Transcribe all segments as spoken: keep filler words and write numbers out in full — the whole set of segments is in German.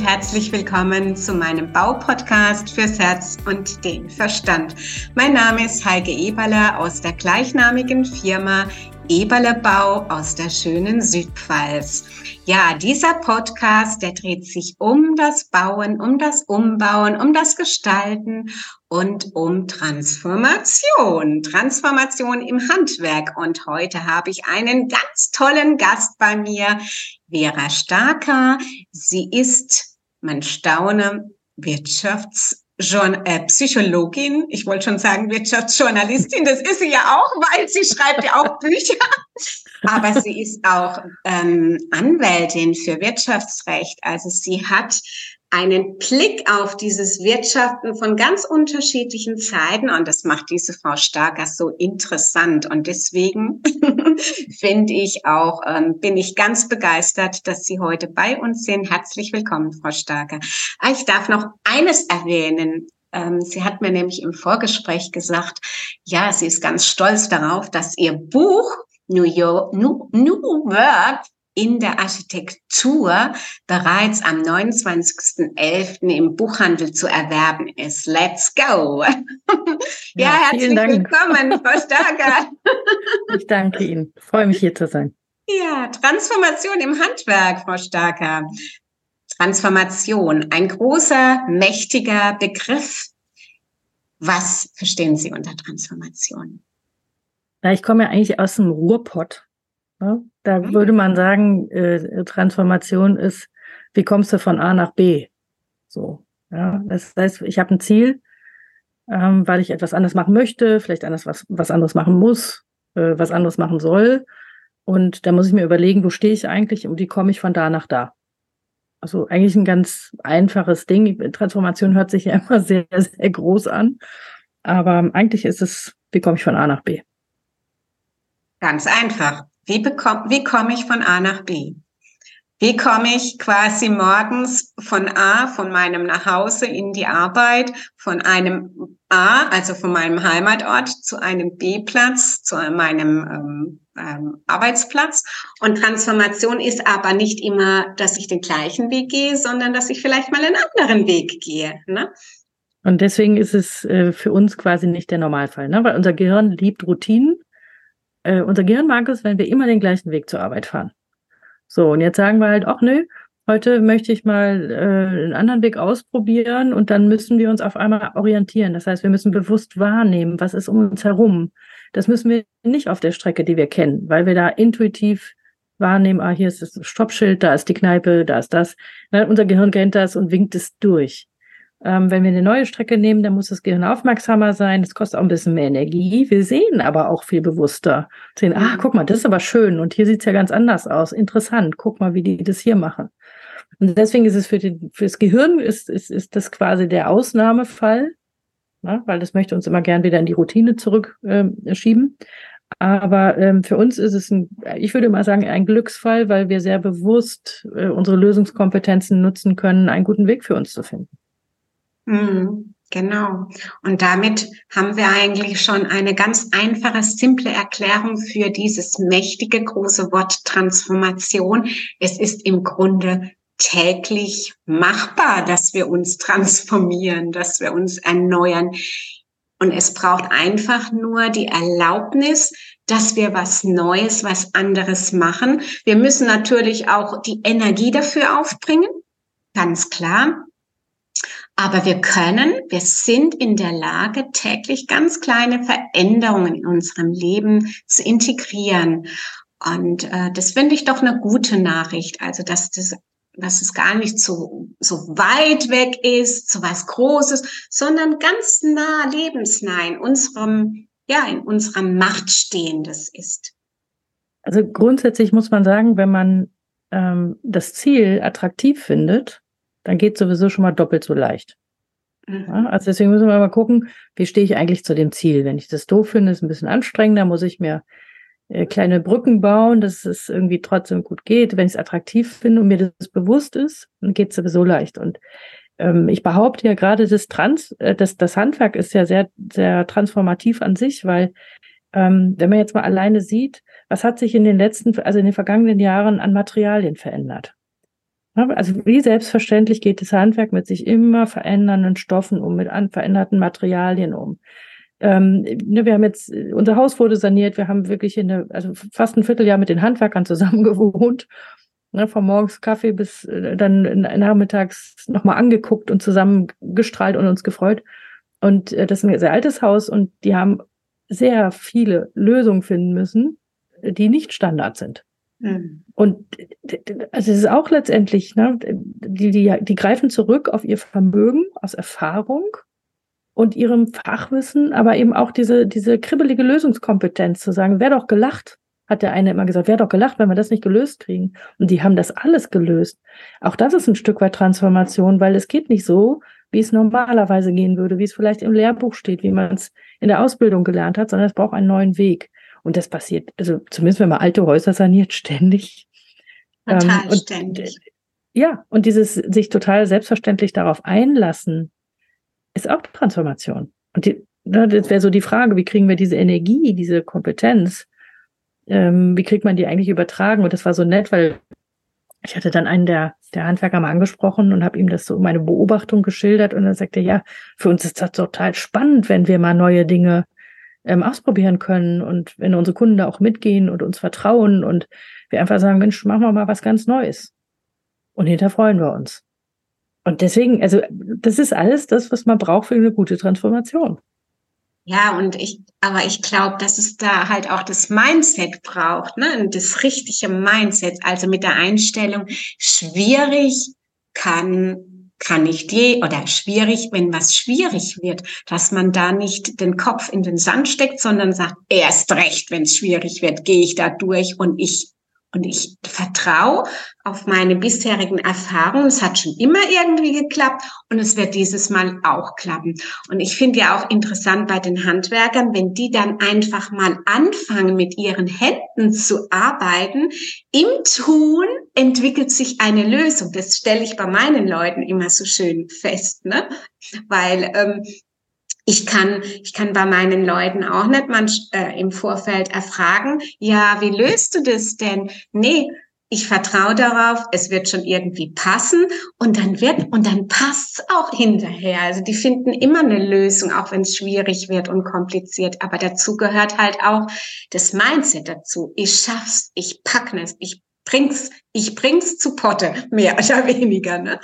herzlich willkommen zu meinem Baupodcast fürs Herz und den Verstand. Mein Name ist Heike Eberle aus der gleichnamigen Firma Eberle Bau aus der schönen Südpfalz. Ja, dieser Podcast, der dreht sich um das Bauen, um das Umbauen, um das Gestalten und um Transformation. Transformation im Handwerk. Und heute habe ich einen ganz tollen Gast bei mir, Vera Starker. Sie ist, man staune, Wirtschaftspsychologin. Ich wollte schon sagen Wirtschaftsjournalistin. Das ist sie ja auch, weil sie schreibt ja auch Bücher. Aber sie ist auch ähm, Anwältin für Wirtschaftsrecht. Also sie hat einen Blick auf dieses Wirtschaften von ganz unterschiedlichen Seiten und das macht diese Frau Starker so interessant und deswegen finde ich auch, ähm, bin ich ganz begeistert, dass Sie heute bei uns sind. Herzlich willkommen, Frau Starker. Ich darf noch eines erwähnen. Ähm, sie hat mir nämlich im Vorgespräch gesagt, ja, sie ist ganz stolz darauf, dass ihr Buch New York, New, New Work in der Architektur bereits am neunundzwanzigsten elften im Buchhandel zu erwerben ist. Let's go! Ja, ja herzlich Dank. willkommen, Frau Starker. Ich danke Ihnen. Ich freue mich, hier zu sein. Ja, Transformation im Handwerk, Frau Starker. Transformation, ein großer, mächtiger Begriff. Was verstehen Sie unter Transformation? Na, ich komme ja eigentlich aus dem Ruhrpott. Ja, da mhm. würde man sagen, äh, Transformation ist, wie kommst du von A nach B? So, ja, das heißt, ich habe ein Ziel, ähm, weil ich etwas anderes machen möchte, vielleicht anders was, was anderes machen muss, äh, was anderes machen soll. Und da muss ich mir überlegen, wo stehe ich eigentlich und wie komme ich von da nach da? Also eigentlich ein ganz einfaches Ding. Transformation hört sich ja immer sehr, sehr groß an. Aber eigentlich ist es, wie komme ich von A nach B? Ganz einfach. Wie bekomme, wie komme ich von A nach B? Wie komme ich quasi morgens von A, von meinem Nachhause in die Arbeit, von einem A, also von meinem Heimatort, zu einem B-Platz, zu meinem ähm, ähm, Arbeitsplatz? Und Transformation ist aber nicht immer, dass ich den gleichen Weg gehe, sondern dass ich vielleicht mal einen anderen Weg gehe, ne? Und deswegen ist es äh, für uns quasi nicht der Normalfall, ne? Weil unser Gehirn liebt Routinen. Äh, unser Gehirn mag es, wenn wir immer den gleichen Weg zur Arbeit fahren. So, und jetzt sagen wir halt, ach nö, heute möchte ich mal äh, einen anderen Weg ausprobieren und dann müssen wir uns auf einmal orientieren. Das heißt, wir müssen bewusst wahrnehmen, was ist um uns herum. Das müssen wir nicht auf der Strecke, die wir kennen, weil wir da intuitiv wahrnehmen, ah, hier ist das Stoppschild, da ist die Kneipe, da ist das. Na, unser Gehirn kennt das und winkt es durch. Ähm, wenn wir eine neue Strecke nehmen, dann muss das Gehirn aufmerksamer sein. Das kostet auch ein bisschen mehr Energie. Wir sehen aber auch viel bewusster. Sehen, ah, guck mal, das ist aber schön. Und hier sieht's ja ganz anders aus. Interessant. Guck mal, wie die das hier machen. Und deswegen ist es für den, fürs Gehirn ist, ist, ist das quasi der Ausnahmefall, ne? Weil das möchte uns immer gern wieder in die Routine zurückschieben. Ähm, aber ähm, für uns ist es ein, ich würde mal sagen, ein Glücksfall, weil wir sehr bewusst äh, unsere Lösungskompetenzen nutzen können, einen guten Weg für uns zu finden. Genau. Und damit haben wir eigentlich schon eine ganz einfache, simple Erklärung für dieses mächtige, große Wort Transformation. Es ist im Grunde täglich machbar, dass wir uns transformieren, dass wir uns erneuern. Und es braucht einfach nur die Erlaubnis, dass wir was Neues, was anderes machen. Wir müssen natürlich auch die Energie dafür aufbringen, ganz klar. Aber wir können, wir sind in der Lage, täglich ganz kleine Veränderungen in unserem Leben zu integrieren. Und äh, das finde ich doch eine gute Nachricht. Also, dass das, dass es gar nicht so, so weit weg ist, so was Großes, sondern ganz nah, lebensnah in unserem, ja, in unserer Macht Stehendes ist. Also grundsätzlich muss man sagen, wenn man ähm, das Ziel attraktiv findet, dann geht es sowieso schon mal doppelt so leicht. Mhm. Ja, also deswegen müssen wir mal gucken, wie stehe ich eigentlich zu dem Ziel. Wenn ich das doof finde, ist es ein bisschen anstrengender, muss ich mir äh, kleine Brücken bauen, dass es irgendwie trotzdem gut geht. Wenn ich es attraktiv finde und mir das bewusst ist, dann geht es sowieso leicht. Und ähm, ich behaupte ja gerade, das, Trans, äh, das, das Handwerk ist ja sehr, sehr transformativ an sich, weil ähm, wenn man jetzt mal alleine sieht, was hat sich in den letzten, also in den vergangenen Jahren an Materialien verändert? Also wie selbstverständlich geht das Handwerk mit sich immer verändernden Stoffen um, mit an, veränderten Materialien um. Ähm, ne, wir haben jetzt, unser Haus wurde saniert, wir haben wirklich in eine, also fast ein Vierteljahr mit den Handwerkern zusammen gewohnt, ne, von morgens Kaffee bis äh, dann nachmittags nochmal angeguckt und zusammen gestrahlt und uns gefreut. Und äh, das ist ein sehr altes Haus und die haben sehr viele Lösungen finden müssen, die nicht Standard sind. Mhm. Und also es ist auch letztendlich, ne, die, die, die greifen zurück auf ihr Vermögen aus Erfahrung und ihrem Fachwissen, aber eben auch diese, diese kribbelige Lösungskompetenz zu sagen, wäre doch gelacht, hat der eine immer gesagt, wäre doch gelacht, wenn wir das nicht gelöst kriegen. Und die haben das alles gelöst. Auch das ist ein Stück weit Transformation, weil es geht nicht so, wie es normalerweise gehen würde, wie es vielleicht im Lehrbuch steht, wie man es in der Ausbildung gelernt hat, sondern es braucht einen neuen Weg. Und das passiert, also zumindest wenn man alte Häuser saniert, ständig. Total ähm, und, ständig. Ja, und dieses sich total selbstverständlich darauf einlassen, ist auch Transformation. Und die, das wäre so die Frage, wie kriegen wir diese Energie, diese Kompetenz, ähm, wie kriegt man die eigentlich übertragen? Und das war so nett, weil ich hatte dann einen der, der Handwerker mal angesprochen und habe ihm das so meine Beobachtung geschildert und dann sagte er, ja, für uns ist das total spannend, wenn wir mal neue Dinge ähm, ausprobieren können und wenn unsere Kunden da auch mitgehen und uns vertrauen und wir einfach sagen, Mensch, machen wir mal was ganz Neues. Und hinterher freuen wir uns. Und deswegen, also das ist alles das, was man braucht für eine gute Transformation. Ja, und ich, aber ich glaube, dass es da halt auch das Mindset braucht, ne, das richtige Mindset, also mit der Einstellung, schwierig kann, kann nicht je, oder schwierig, wenn was schwierig wird, dass man da nicht den Kopf in den Sand steckt, sondern sagt, erst recht, wenn es schwierig wird, gehe ich da durch und ich Und ich vertraue auf meine bisherigen Erfahrungen. Es hat schon immer irgendwie geklappt und es wird dieses Mal auch klappen. Und ich finde ja auch interessant bei den Handwerkern, wenn die dann einfach mal anfangen, mit ihren Händen zu arbeiten. Im Tun entwickelt sich eine Lösung. Das stelle ich bei meinen Leuten immer so schön fest, ne? Weil ähm, Ich kann, ich kann bei meinen Leuten auch nicht man, äh, im Vorfeld erfragen, ja, wie löst du das denn? Nee, ich vertraue darauf, es wird schon irgendwie passen und dann wird, und dann passt's auch hinterher. Also die finden immer eine Lösung, auch wenn es schwierig wird und kompliziert. Aber dazu gehört halt auch das Mindset dazu. Ich schaff's, ich pack es, ich bring's, ich bring's zu Potte, mehr oder weniger, ne?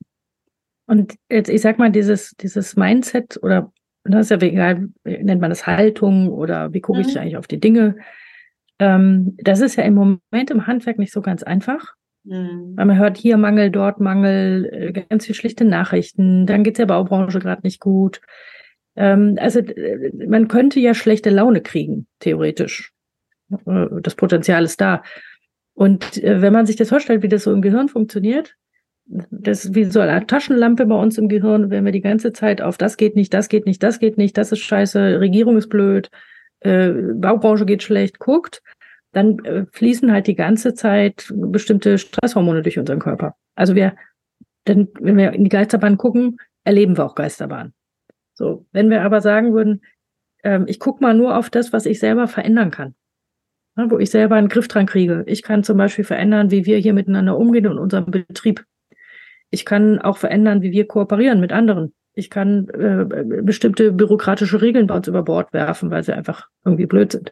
Und jetzt, ich sag mal, dieses, dieses Mindset oder das ist ja egal, nennt man das Haltung oder wie gucke ich mhm. eigentlich auf die Dinge. Ähm, das ist ja im Moment im Handwerk nicht so ganz einfach. Mhm. Weil man hört hier Mangel, dort Mangel, ganz viel schlichte Nachrichten. Dann geht es der Baubranche gerade nicht gut. Ähm, also man könnte ja schlechte Laune kriegen, theoretisch. Das Potenzial ist da. Und äh, wenn man sich das vorstellt, wie das so im Gehirn funktioniert, das ist wie so eine Taschenlampe bei uns im Gehirn, wenn wir die ganze Zeit auf das geht nicht, das geht nicht, das geht nicht, das ist scheiße, Regierung ist blöd, äh, Baubranche geht schlecht, guckt, dann äh, fließen halt die ganze Zeit bestimmte Stresshormone durch unseren Körper. Also wir, denn, wenn wir in die Geisterbahn gucken, erleben wir auch Geisterbahn. So, wenn wir aber sagen würden, äh, ich gucke mal nur auf das, was ich selber verändern kann, ne, wo ich selber einen Griff dran kriege. Ich kann zum Beispiel verändern, wie wir hier miteinander umgehen in unserem Betrieb. Ich kann auch verändern, wie wir kooperieren mit anderen. Ich kann äh, bestimmte bürokratische Regeln bei uns über Bord werfen, weil sie einfach irgendwie blöd sind.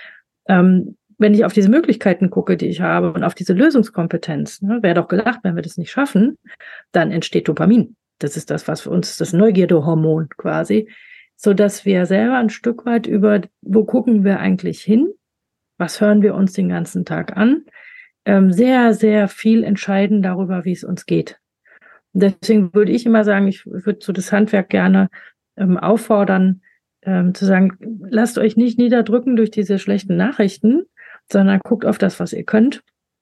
Ähm, wenn ich auf diese Möglichkeiten gucke, die ich habe und auf diese Lösungskompetenz, ne, wäre doch gelacht, wenn wir das nicht schaffen, dann entsteht Dopamin. Das ist das, was für uns das Neugierdehormon quasi, so dass wir selber ein Stück weit über, wo gucken wir eigentlich hin? Was hören wir uns den ganzen Tag an? Ähm, sehr, sehr viel entscheiden darüber, wie es uns geht. Deswegen würde ich immer sagen, ich würde so das Handwerk gerne ähm, auffordern, ähm, zu sagen, lasst euch nicht niederdrücken durch diese schlechten Nachrichten, sondern guckt auf das, was ihr könnt,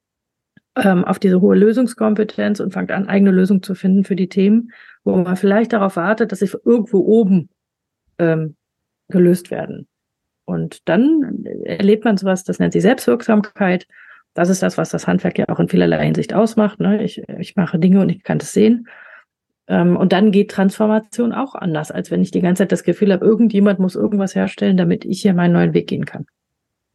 ähm, auf diese hohe Lösungskompetenz und fangt an, eigene Lösungen zu finden für die Themen, wo man vielleicht darauf wartet, dass sie irgendwo oben ähm, gelöst werden. Und dann erlebt man sowas, das nennt sich Selbstwirksamkeit. Das ist das, was das Handwerk ja auch in vielerlei Hinsicht ausmacht. Ne? Ich, ich mache Dinge und ich kann das sehen. Ähm, und dann geht Transformation auch anders, als wenn ich die ganze Zeit das Gefühl habe, irgendjemand muss irgendwas herstellen, damit ich hier meinen neuen Weg gehen kann.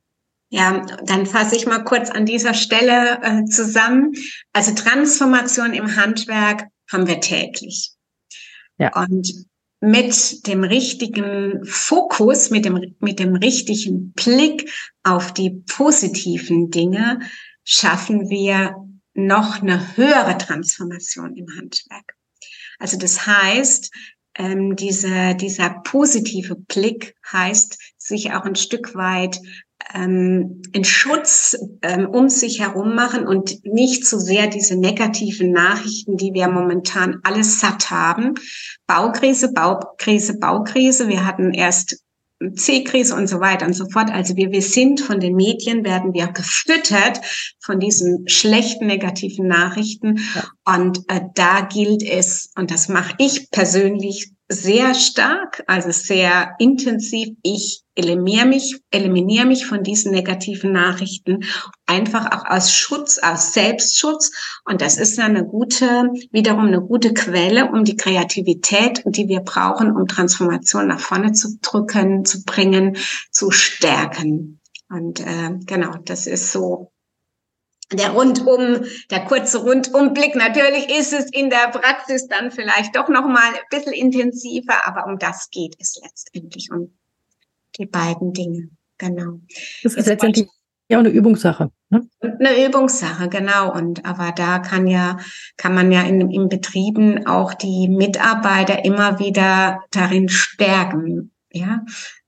Ja, dann fasse ich mal kurz an dieser Stelle äh, zusammen. Also Transformation im Handwerk haben wir täglich. Ja. Und mit dem richtigen Fokus, mit dem, mit dem richtigen Blick auf die positiven Dinge schaffen wir noch eine höhere Transformation im Handwerk. Also das heißt, ähm, diese, dieser positive Blick heißt, sich auch ein Stück weit ähm, einen Schutz ähm, um sich herum machen und nicht so sehr diese negativen Nachrichten, die wir momentan alles satt haben. Baukrise, Baukrise, Baukrise. Wir hatten erst C-Krise und so weiter und so fort. Also wir, wir sind von den Medien, werden wir gefüttert von diesen schlechten, negativen Nachrichten. Ja. Und äh, da gilt es, und das mache ich persönlich sehr stark, also sehr intensiv, ich eliminiere mich, eliminiere mich von diesen negativen Nachrichten, einfach auch aus Schutz, aus Selbstschutz. Und das ist eine gute, wiederum eine gute Quelle, um die Kreativität, die wir brauchen, um Transformation nach vorne zu drücken, zu bringen, zu stärken. Und äh, genau, das ist so der Rundum, der kurze Rundumblick. Natürlich ist es in der Praxis dann vielleicht doch noch mal ein bisschen intensiver, aber um das geht es letztendlich, um die beiden Dinge. Genau. Das ist Jetzt letztendlich ja auch eine Übungssache. Ne? Eine Übungssache, genau. Und aber da kann ja, kann man ja in, in Betrieben auch die Mitarbeiter immer wieder darin stärken, ja.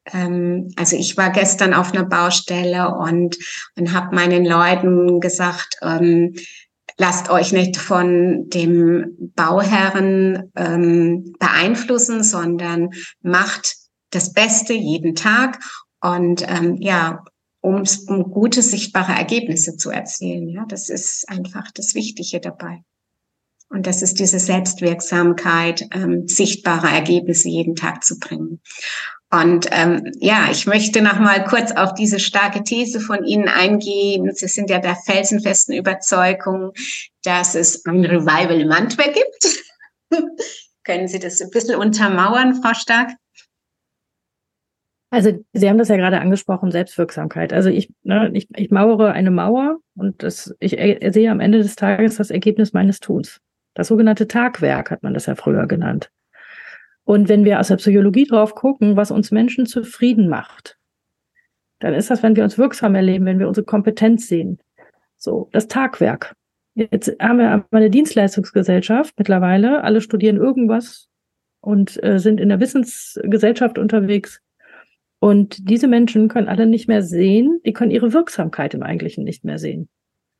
Also ich war gestern auf einer Baustelle und, und habe meinen Leuten gesagt, ähm, lasst euch nicht von dem Bauherren ähm, beeinflussen, sondern macht das Beste jeden Tag und ähm, ja, um, um gute, sichtbare Ergebnisse zu erzielen. Ja, das ist einfach das Wichtige dabei. Und das ist diese Selbstwirksamkeit, ähm, sichtbare Ergebnisse jeden Tag zu bringen. Und ähm, ja, ich möchte noch mal kurz auf diese starke These von Ihnen eingehen. Sie sind ja der felsenfesten Überzeugung, dass es ein Revival im Handwerk gibt. Können Sie das ein bisschen untermauern, Frau Stark? Also Sie haben das ja gerade angesprochen, Selbstwirksamkeit. Also ich, ne, ich, ich mauere eine Mauer und das, ich sehe am Ende des Tages das Ergebnis meines Tuns. Das sogenannte Tagwerk hat man das ja früher genannt. Und wenn wir aus der Psychologie drauf gucken, was uns Menschen zufrieden macht, dann ist das, wenn wir uns wirksam erleben, wenn wir unsere Kompetenz sehen. So, das Tagwerk. Jetzt haben wir eine Dienstleistungsgesellschaft mittlerweile. Alle studieren irgendwas und äh, sind in der Wissensgesellschaft unterwegs. Und diese Menschen können alle nicht mehr sehen, die können ihre Wirksamkeit im Eigentlichen nicht mehr sehen.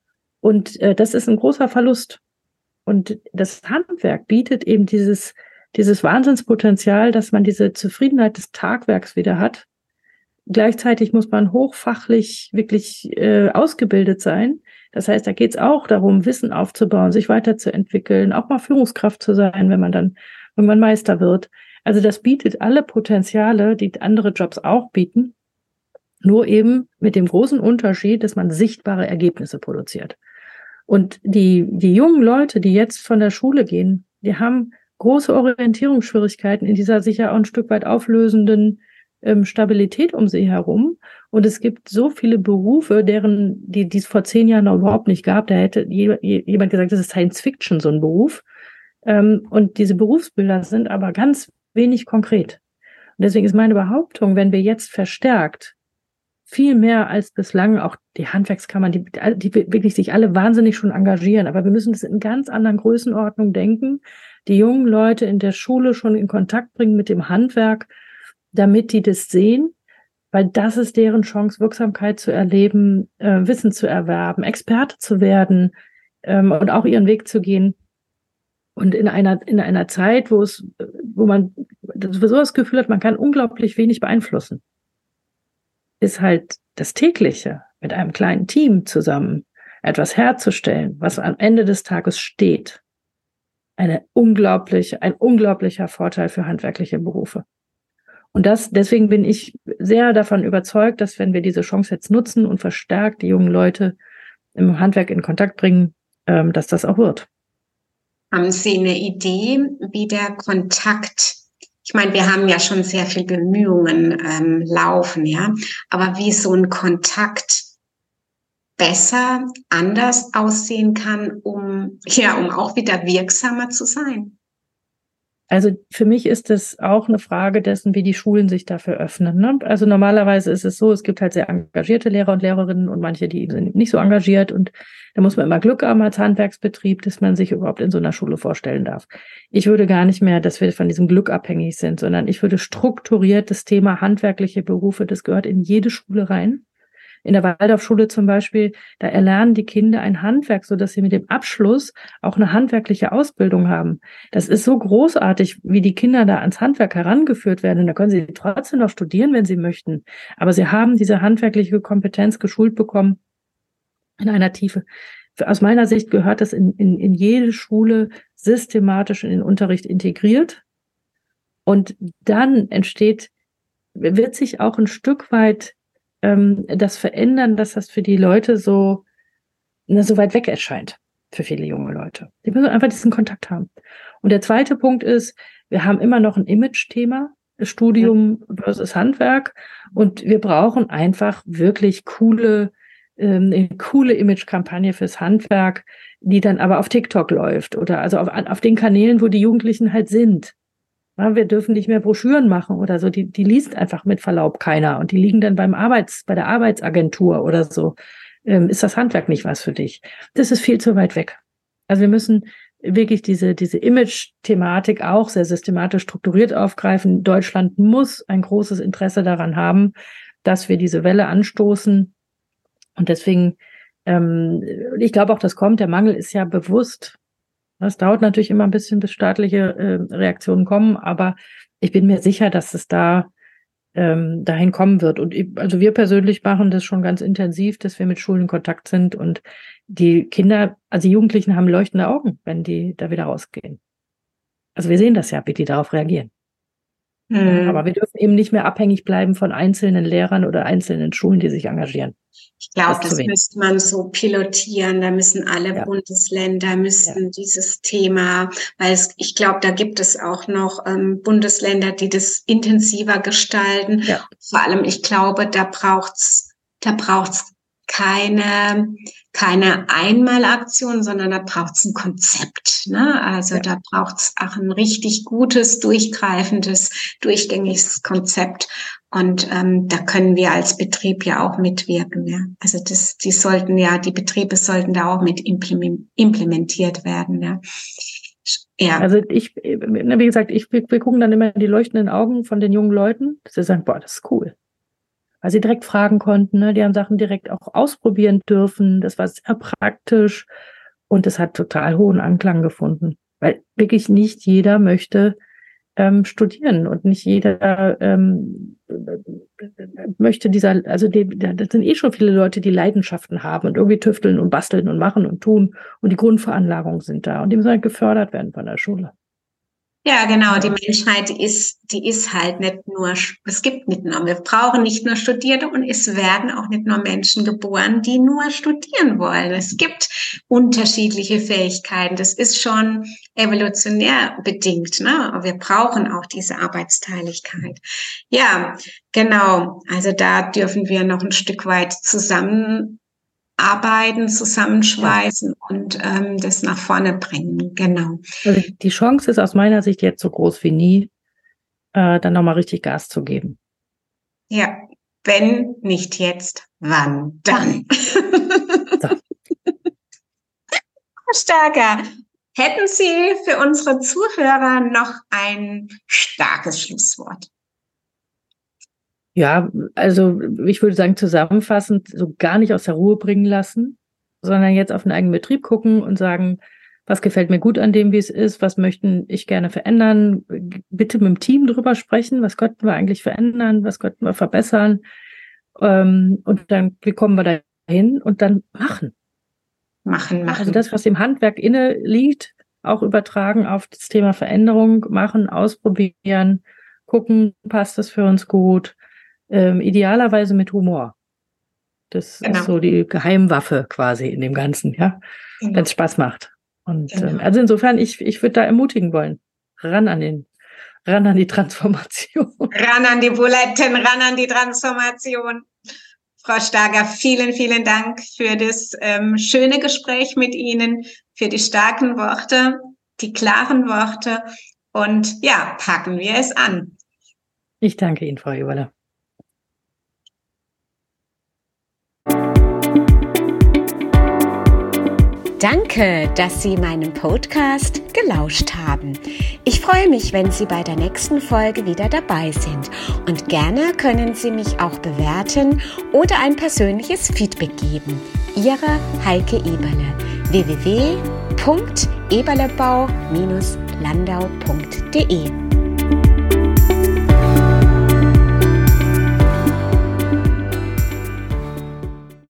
Und äh, das ist ein großer Verlust. Und das Handwerk bietet eben dieses Dieses Wahnsinnspotenzial, dass man diese Zufriedenheit des Tagwerks wieder hat. Gleichzeitig muss man hochfachlich wirklich äh, ausgebildet sein. Das heißt, da geht es auch darum, Wissen aufzubauen, sich weiterzuentwickeln, auch mal Führungskraft zu sein, wenn man dann irgendwann Meister wird. Also das bietet alle Potenziale, die andere Jobs auch bieten, nur eben mit dem großen Unterschied, dass man sichtbare Ergebnisse produziert. Und die, die jungen Leute, die jetzt von der Schule gehen, die haben große Orientierungsschwierigkeiten in dieser sich ja auch ein Stück weit auflösenden ähm, Stabilität um sie herum. Und es gibt so viele Berufe, deren, die, die es vor zehn Jahren noch überhaupt nicht gab. Da hätte je, je, jemand gesagt, das ist Science Fiction, so ein Beruf. Ähm, und diese Berufsbilder sind aber ganz wenig konkret. Und deswegen ist meine Behauptung, wenn wir jetzt verstärkt viel mehr als bislang, auch die Handwerkskammern, die, die wirklich sich alle wahnsinnig schon engagieren, aber wir müssen das in ganz anderen Größenordnungen denken, die jungen Leute in der Schule schon in Kontakt bringen mit dem Handwerk, damit die das sehen, weil das ist deren Chance, Wirksamkeit zu erleben, äh, Wissen zu erwerben, Experte zu werden ähm, und auch ihren Weg zu gehen. Und in einer in einer Zeit, wo es, wo man so das Gefühl hat, man kann unglaublich wenig beeinflussen, ist halt das Tägliche mit einem kleinen Team zusammen etwas herzustellen, was am Ende des Tages steht. Eine unglaubliche, ein unglaublicher Vorteil für handwerkliche Berufe. Und das, deswegen bin ich sehr davon überzeugt, dass wenn wir diese Chance jetzt nutzen und verstärkt die jungen Leute im Handwerk in Kontakt bringen, ähm, dass das auch wird. Haben Sie eine Idee, wie der Kontakt, ich meine, wir haben ja schon sehr viel Bemühungen ähm, laufen, ja, aber wie so ein Kontakt besser, anders aussehen kann, um, ja, um auch wieder wirksamer zu sein? Also für mich ist es auch eine Frage dessen, wie die Schulen sich dafür öffnen. Ne? Also normalerweise ist es so, es gibt halt sehr engagierte Lehrer und Lehrerinnen und manche, die sind nicht so engagiert. Und da muss man immer Glück haben als Handwerksbetrieb, dass man sich überhaupt in so einer Schule vorstellen darf. Ich würde gar nicht mehr, dass wir von diesem Glück abhängig sind, sondern ich würde strukturiert das Thema handwerkliche Berufe, das gehört in jede Schule rein. In der Waldorfschule zum Beispiel, da erlernen die Kinder ein Handwerk, so dass sie mit dem Abschluss auch eine handwerkliche Ausbildung haben. Das ist so großartig, wie die Kinder da ans Handwerk herangeführt werden. Und da können sie trotzdem noch studieren, wenn sie möchten. Aber sie haben diese handwerkliche Kompetenz geschult bekommen in einer Tiefe. Aus meiner Sicht gehört das in, in, in jede Schule systematisch in den Unterricht integriert. Und dann entsteht, wird sich auch ein Stück weit das verändern, dass das für die Leute so, na, so weit weg erscheint, für viele junge Leute. Die müssen einfach diesen Kontakt haben. Und der zweite Punkt ist, wir haben immer noch ein Image-Thema, Studium versus Handwerk, und wir brauchen einfach wirklich coole, ähm, eine coole Image-Kampagne fürs Handwerk, die dann aber auf TikTok läuft oder also auf, auf den Kanälen, wo die Jugendlichen halt sind. Wir dürfen nicht mehr Broschüren machen oder so. Die, die liest einfach mit Verlaub keiner. Und die liegen dann beim Arbeits, bei der Arbeitsagentur oder so. Ähm, ist das Handwerk nicht was für dich? Das ist viel zu weit weg. Also wir müssen wirklich diese, diese Image-Thematik auch sehr systematisch strukturiert aufgreifen. Deutschland muss ein großes Interesse daran haben, dass wir diese Welle anstoßen. Und deswegen, ähm, ich glaube auch, das kommt. Der Mangel ist ja bewusst. Das dauert natürlich immer ein bisschen, bis staatliche äh, Reaktionen kommen, aber ich bin mir sicher, dass es da ähm, dahin kommen wird. Und ich, also wir persönlich machen das schon ganz intensiv, dass wir mit Schulen in Kontakt sind und die Kinder, also die Jugendlichen haben leuchtende Augen, wenn die da wieder rausgehen. Also wir sehen das ja, wie die darauf reagieren. Mhm. Aber wir dürfen eben nicht mehr abhängig bleiben von einzelnen Lehrern oder einzelnen Schulen, die sich engagieren. Ich glaube, das, das müsste man so pilotieren. Da müssen alle ja. Bundesländer müssten ja. dieses Thema, weil es, ich glaube, da gibt es auch noch ähm, Bundesländer, die das intensiver gestalten. Ja. Vor allem, ich glaube, da braucht's, da braucht's keine, keine Einmalaktion, sondern da braucht's ein Konzept. Ne? Also ja. da braucht's auch ein richtig gutes, durchgreifendes, durchgängiges Konzept. Und ähm, da können wir als Betrieb ja auch mitwirken. Ja? Also das, die sollten ja, die Betriebe sollten da auch mit implementiert werden. Ja. Ja. Also ich, wie gesagt, ich, wir gucken dann immer in die leuchtenden Augen von den jungen Leuten, dass sie sagen, boah, das ist cool. Weil sie direkt fragen konnten, ne? Die haben Sachen direkt auch ausprobieren dürfen. Das war sehr praktisch und es hat total hohen Anklang gefunden. Weil wirklich nicht jeder möchte ähm, studieren und nicht jeder ähm, möchte dieser, also die, das sind eh schon viele Leute, die Leidenschaften haben und irgendwie tüfteln und basteln und machen und tun und die Grundveranlagungen sind da und die müssen halt gefördert werden von der Schule. Ja, genau. Die Menschheit ist, die ist halt nicht nur, es gibt nicht nur, wir brauchen nicht nur Studierende und es werden auch nicht nur Menschen geboren, die nur studieren wollen. Es gibt unterschiedliche Fähigkeiten. Das ist schon evolutionär bedingt, ne? Aber wir brauchen auch diese Arbeitsteiligkeit. Ja, genau. Also da dürfen wir noch ein Stück weit zusammen arbeiten, zusammenschweißen ja. und ähm, das nach vorne bringen, genau. Also die Chance ist aus meiner Sicht jetzt so groß wie nie, äh, dann nochmal richtig Gas zu geben. Ja, wenn nicht jetzt, wann dann? So. Stärker. Hätten Sie für unsere Zuhörer noch ein starkes Schlusswort? Ja, also ich würde sagen, zusammenfassend, so gar nicht aus der Ruhe bringen lassen, sondern jetzt auf den eigenen Betrieb gucken und sagen, was gefällt mir gut an dem, wie es ist, was möchten ich gerne verändern, bitte mit dem Team drüber sprechen, was könnten wir eigentlich verändern, was könnten wir verbessern ähm, und dann, wie kommen wir dahin und dann machen. Machen, machen. Also das, was dem Handwerk inne liegt, auch übertragen auf das Thema Veränderung, machen, ausprobieren, gucken, passt das für uns gut. Ähm, idealerweise mit Humor. Das genau. ist so die Geheimwaffe quasi in dem Ganzen, ja, genau. wenn es Spaß macht. Und genau. ähm, also insofern, ich, ich würde da ermutigen wollen. Ran an den, ran an die Transformation. Ran an die Buletten, ran an die Transformation. Frau Stager, vielen, vielen Dank für das ähm, schöne Gespräch mit Ihnen, für die starken Worte, die klaren Worte und ja, packen wir es an. Ich danke Ihnen, Frau Eberle. Danke, dass Sie meinem Podcast gelauscht haben. Ich freue mich, wenn Sie bei der nächsten Folge wieder dabei sind. Und gerne können Sie mich auch bewerten oder ein persönliches Feedback geben. Ihre Heike Eberle. w w w punkt eberlebau Bindestrich landau punkt de